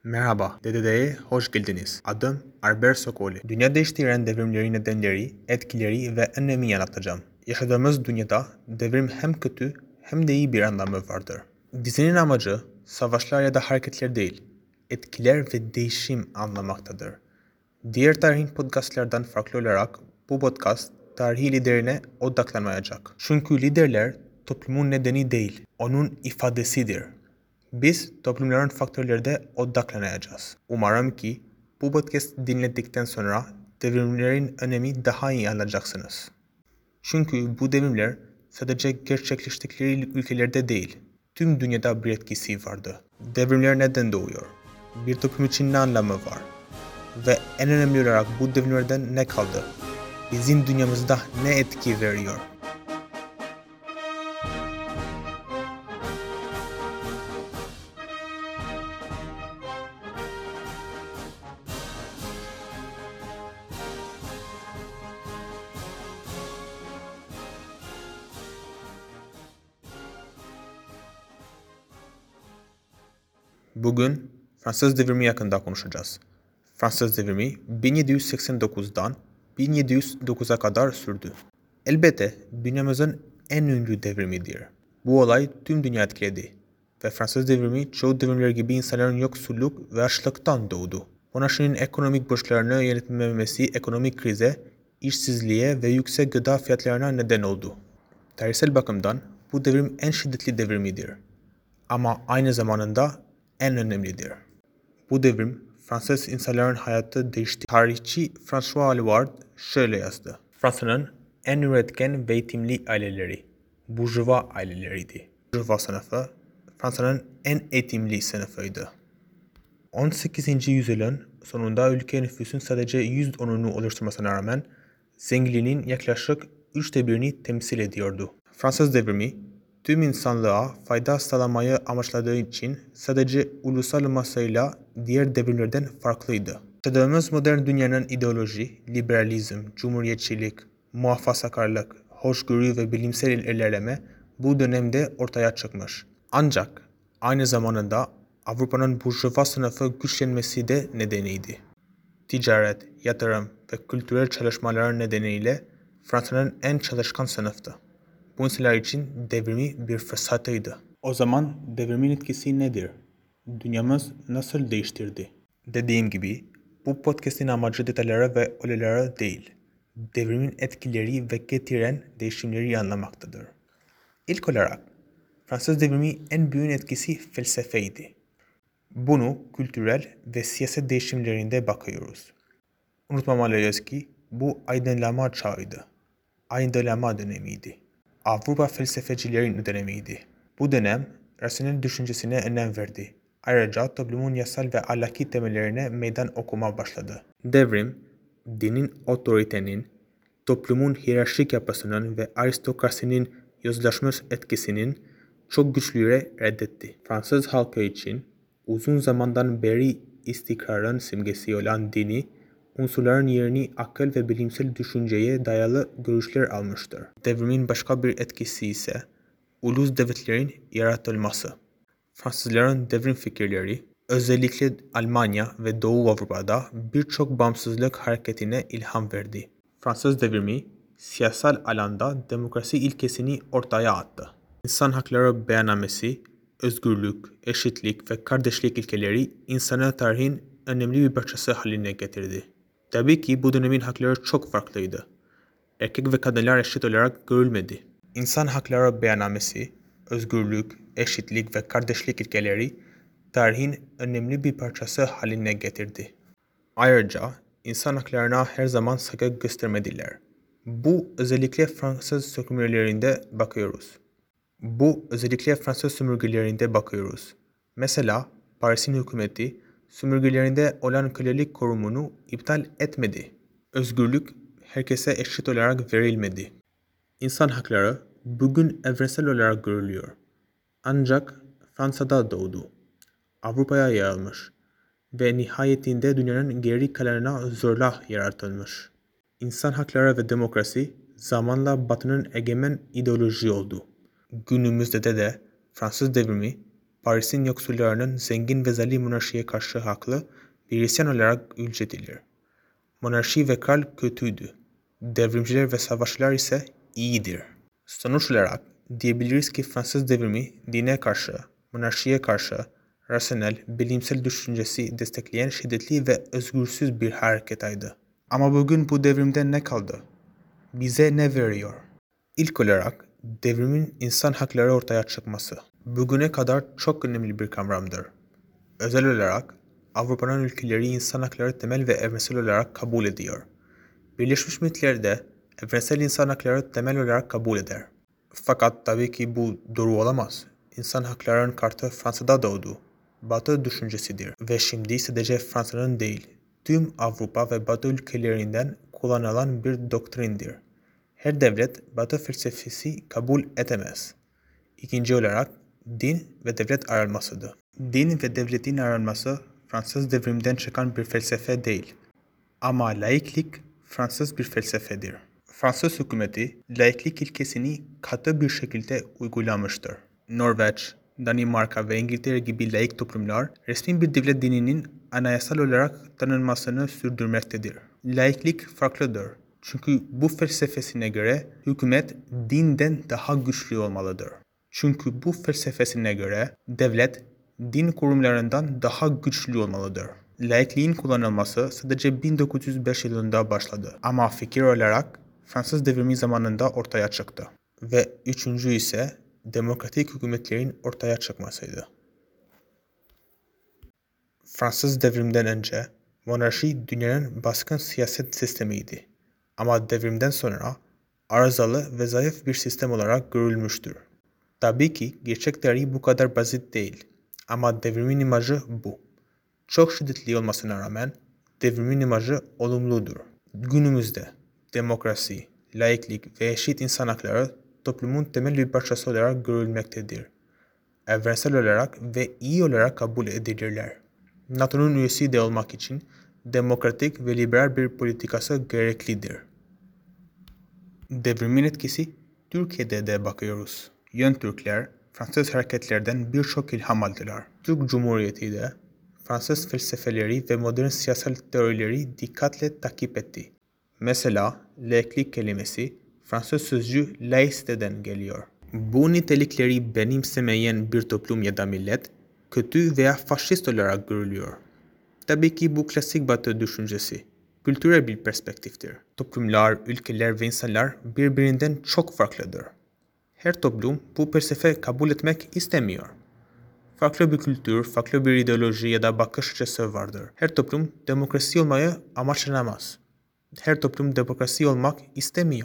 Merhaba, DDD'ye hoş geldiniz. Adım Albert Sokoli. Dünya değiştiren devrimlerin nedenleri, etkileri ve önemini anlatacağım. Yaşadığımız dünyada devrim hem kötü hem de iyi bir anlamı vardır. Dizinin amacı savaşlar ya da hareketler değil, etkiler ve değişim anlamaktadır. Diğer tarihin podcastlardan farklı olarak bu podcast tarihi liderine odaklanmayacak. Çünkü liderler toplumun nedeni değil, onun ifadesidir. Biz toplumların faktörlerine odaklanacağız. Umarım ki bu podcast dinledikten sonra devrimlerin önemi daha iyi anlayacaksınız. Çünkü bu devrimler sadece gerçekleştikleri ülkelerde değil, tüm dünyada bir etkisi vardı. Devrimler neden doğuyor? Bir toplum için ne anlamı var? Ve en önemli olarak bu devrimlerden ne kaldı? Bizim dünyamızda ne etki veriyor? Bugün Fransız devrimi hakkında konuşacağız. Fransız devrimi 1789'dan 1709'a kadar sürdü. Elbette dünyamızın en ünlü devrimidir. Bu olay tüm dünya etkiledi ve Fransız devrimi çoğu devrimler gibi insanların yoksulluk ve açlıktan doğdu. Monarşinin ekonomik borçlarını yönetememesi ekonomik krize, işsizliğe ve yüksek gıda fiyatlarına neden oldu. Tarihsel bakımdan bu devrim en şiddetli devrimidir. Ama aynı zamanda en önemlidir. Bu devrim Fransız insanların hayatı değişti. Tarihçi François Aluard şöyle yazdı. Fransa'nın en üretken ve eğitimli aileleri, burjuva aileleriydi. Burjuva sınıfı Fransa'nın en eğitimli sınıfıydı. 18. yüzyılın sonunda ülke nüfusun sadece %10'unu oluşturmasına rağmen zenginliğinin yaklaşık 1/3'ini temsil ediyordu. Fransız devrimi tüm insanlığa fayda sağlamayı amaçladığı için sadece ulusal olmasıyla diğer devrimlerden farklıydı. Yaşadığımız modern dünyanın ideoloji, liberalizm, cumhuriyetçilik, muhafazakarlık, hoşgörü ve bilimsel ilerleme bu dönemde ortaya çıkmış. Ancak aynı zamanda Avrupa'nın burjuva sınıfı güçlenmesi de nedeniydi. Ticaret, yatırım ve kültürel çalışmalar nedeniyle Fransa'nın en çalışkan sınıftı. Bu insanlar için devrimi bir fırsatıydı. O zaman devrimin etkisi nedir? Dünyamız nasıl değiştirdi? Dediğim gibi bu podcast'in amacı detaylara ve olaylara değil, devrimin etkileri ve getiren değişimleri anlamaktadır. İlk olarak Fransız devrimi en büyük etkisi felsefeydi. Bunu kültürel ve siyaset değişimlerinde bakıyoruz. Unutmamalıyız ki bu aydınlanma çağıydı. Aydınlanma dönemiydi. Avrupa felsefecilerin dönemiydi. Bu dönem rasyonel düşüncesine önem verdi. Ayrıca toplumun yasal ve ahlaki temellerine meydan okuma başladı. Devrim, dinin otoritenin, toplumun hiyerarşik yapısının ve aristokrasinin yozlaşmış etkisinin çok güçlüğüyle reddetti. Fransız halkı için uzun zamandan beri istikrarın simgesi olan dini, unsurların yerini akıl ve bilimsel düşünceye dayalı görüşler almıştır. Devrimin başka bir etkisi ise ulus devletlerin yaratılması. Fransızların devrim fikirleri, özellikle Almanya ve Doğu Avrupa'da birçok bağımsızlık hareketine ilham verdi. Fransız devrimi, siyasal alanda demokrasi ilkesini ortaya attı. İnsan hakları beyannamesi, özgürlük, eşitlik ve kardeşlik ilkeleri insanı tarihin önemli bir parçası haline getirdi. Tabii ki bu dönemin hakları çok farklıydı. Erkek ve kadınlar eşit olarak görülmedi. İnsan hakları beyannamesi, özgürlük, eşitlik ve kardeşlik ilkeleri tarihin önemli bir parçası haline getirdi. Ayrıca insan haklarına her zaman saygı göstermediler. Bu özellikle Fransız sömürgelerinde bakıyoruz. Mesela Paris'in hükümeti sömürgelerinde olan kölelik kurumunu iptal etmedi. Özgürlük herkese eşit olarak verilmedi. İnsan hakları bugün evrensel olarak görülüyor. Ancak Fransa'da doğdu. Avrupa'ya yayılmış ve nihayetinde dünyanın geri kalanına zorla yaratılmış. İnsan hakları ve demokrasi zamanla Batı'nın egemen ideoloji oldu. Günümüzde de Fransız devrimi Paris'in yoksullarının zengin ve zalim monarşiye karşı haklı bir isyan olarak yüceltilir. Monarşi ve kral kötüydü. Devrimciler ve savaşçılar ise iyidir. Sonuç olarak diyebiliriz ki Fransız devrimi dine karşı, monarşiye karşı, rasyonel, bilimsel düşüncesi destekleyen şiddetli ve özgürsüz bir hareketaydı. Ama bugün bu devrimden ne kaldı? Bize ne veriyor? İlk olarak devrimin insan hakları ortaya çıkması. Bugüne kadar çok önemli bir kavramdır. Özel olarak Avrupa'nın ülkeleri insan hakları temel ve evrensel olarak kabul ediyor. Birleşmiş Milletler de evrensel insan hakları temel olarak kabul eder. Fakat tabii ki bu doğru olamaz. İnsan haklarının kartı Fransa'da doğdu. Batı düşüncesidir ve şimdi sadece Fransa'nın değil, tüm Avrupa ve Batı ülkelerinden kullanılan bir doktrindir. Her devlet Batı felsefesi kabul edemez. İkinci olarak din ve devlet ayrılmasıdır. Din ve devletin ayrılması Fransız devriminden çıkan bir felsefe değil. Ama laiklik Fransız bir felsefedir. Fransız hükümeti laiklik ilkesini katı bir şekilde uygulamıştır. Norveç, Danimarka ve İngiltere gibi laik toplumlar resmi bir devlet dininin anayasal olarak tanınmasını sürdürmektedir. Laiklik farklıdır. Çünkü bu felsefesine göre hükümet dinden daha güçlü olmalıdır. Çünkü bu felsefesine göre devlet din kurumlarından daha güçlü olmalıdır. Laikliğin kullanılması sadece 1905 yılında başladı ama fikir olarak Fransız devrimi zamanında ortaya çıktı. Ve üçüncü ise demokratik hükümetlerin ortaya çıkmasıydı. Fransız devrimden önce monarşi dünyanın baskın siyaset sistemiydi. Ama devrimden sonra arızalı ve zayıf bir sistem olarak görülmüştür. Tabii ki gerçek tarihi bu kadar basit değil. Ama devrimin imajı bu. Çok şiddetli olmasına rağmen devrimin imajı olumludur. Günümüzde demokrasi, laiklik ve eşit insan hakları toplumun temel bir parçası olarak görülmektedir. Evrensel olarak ve iyi olarak kabul edilirler. NATO'nun üyesi de olmak için demokratik ve liberal bir politikası gereklidir. Devrimin etkisi Türkiye'de de bakıyoruz. Yön Türkler, Fransız hareketlerden birçok ilham aldılar. Türk Cumhuriyeti de Fransız felsefeleri ve modern siyasal teorileri dikkatle takip etti. Mesela laiklik kelimesi Fransız sözcüğü laïcite'den geliyor. Bu nitelikleri benimsemeyen bir toplum ya da millet kötü veya faşist olarak görülüyor. Tabii ki bu klasik Batı düşüncesi. Kültürel bir perspektiftir. Toplumlar, ülkeler ve insanlar birbirinden çok farklıdır. Her toplum bu felsefe kabul etmek istemiyor. Farklı bir kültür, farklı bir ideoloji ya da bakış açısı vardır. Her toplum demokrasi olmayı amaçlamaz. Her toplum demokrasi olmak istemiyor.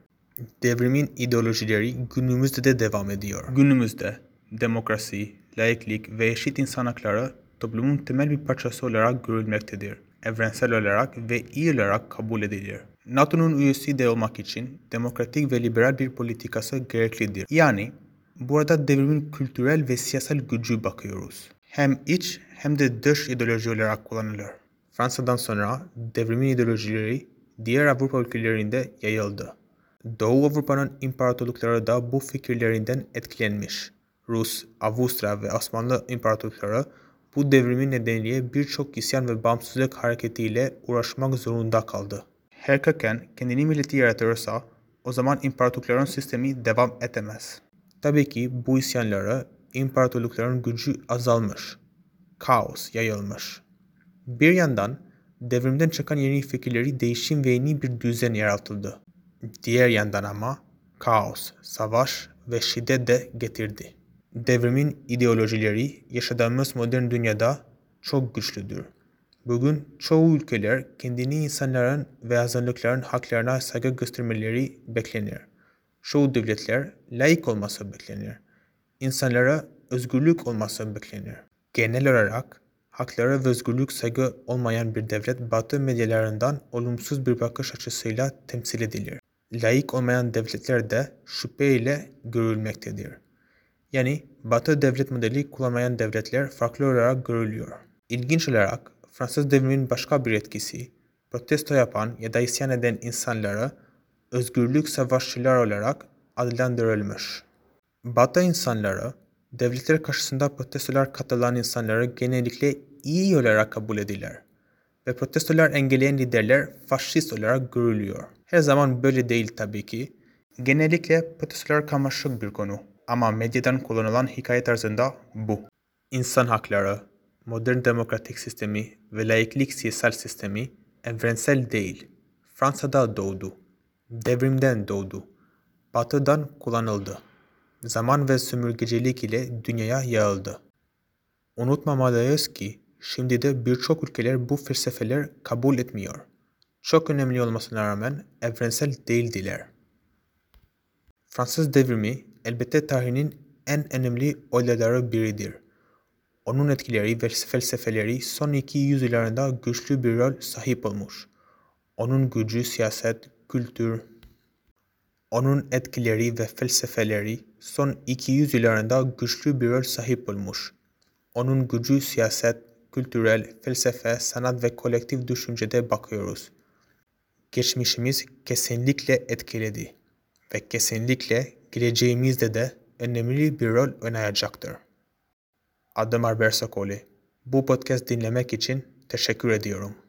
Devrimin ideolojileri günümüzde de devam ediyor. Günümüzde demokrasi, laiklik ve eşit insan hakları toplumun temel bir parçası olarak görülmektedir. Evrensel olarak ve iyi olarak kabul edilir. NATO'nun üyesi de olmak için demokratik ve liberal bir politikası gereklidir. Yani burada devrimin kültürel ve siyasal gücü bakıyoruz. Hem iç hem de dış ideoloji olarak kullanılır. Fransa'dan sonra devrimin ideolojileri diğer Avrupa ülkelerinde yayıldı. Doğu Avrupa'nın imparatorlukları da bu fikirlerinden etkilenmiş. Rus, Avustra ve Osmanlı imparatorlukları bu devrimin nedeniyle birçok isyan ve bağımsızlık hareketiyle uğraşmak zorunda kaldı. Herkesen kendini milleti yaratırsa o zaman imparatorlukların sistemi devam edemez. Tabii ki bu isyanlara imparatorlukların gücü azalmış, kaos yayılmış. Bir yandan devrimden çıkan yeni fikirleri değişim ve yeni bir düzen yaratıldı. Diğer yandan ama kaos, savaş ve şiddet de getirdi. Devrimin ideolojileri yaşadığımız modern dünyada çok güçlüdür. Bugün çoğu ülkeler kendini insanların ve azınlıkların haklarına saygı göstermeleri beklenir. Çoğu devletler laik olması beklenir. İnsanlara özgürlük olması beklenir. Genel olarak haklara ve özgürlük saygı olmayan bir devlet Batı medyalarından olumsuz bir bakış açısıyla temsil edilir. Laik olmayan devletler de şüpheyle görülmektedir. Yani Batı devlet modeli kullanmayan devletler farklı olarak görülüyor. İlginç olarak Fransız devriminin başka bir etkisi, protesto yapan ya da isyan eden insanlara özgürlük savaşçılar olarak adlandırılmış. Batı insanları Devletler karşısında protestolar katılan insanları genellikle iyi olarak kabul edilir ve protestolar engelleyen liderler faşist olarak görülüyor. Her zaman böyle değil tabii ki. Genellikle protestolar karmaşık bir konu ama medyadan kullanılan hikaye tarzında bu. İnsan hakları, modern demokratik sistemi ve laiklik siyasal sistemi evrensel değil. Fransa'da doğdu. Devrimden doğdu. Batı'dan kullanıldı. Zaman ve sömürgecilik ile dünyaya yayıldı. Unutmamalıyız ki şimdi de birçok ülkeler bu felsefeler kabul etmiyor. Çok önemli olmasına rağmen evrensel değildiler. Fransız devrimi elbette tarihinin en önemli olayları biridir. Onun etkileri ve felsefeleri son 200 yıllarında güçlü bir rol sahip olmuş. Onun gücü siyaset, kültür, onun etkileri ve felsefeleri son 200 yıllarında güçlü bir rol sahip olmuş. Onun gücü siyaset, kültürel, felsefe, sanat ve kolektif düşüncede bakıyoruz. Geçmişimiz kesinlikle etkiledi ve kesinlikle geleceğimizde de önemli bir rol oynayacaktır. Adım Albert Sokoli. Bu podcast dinlemek için teşekkür ediyorum.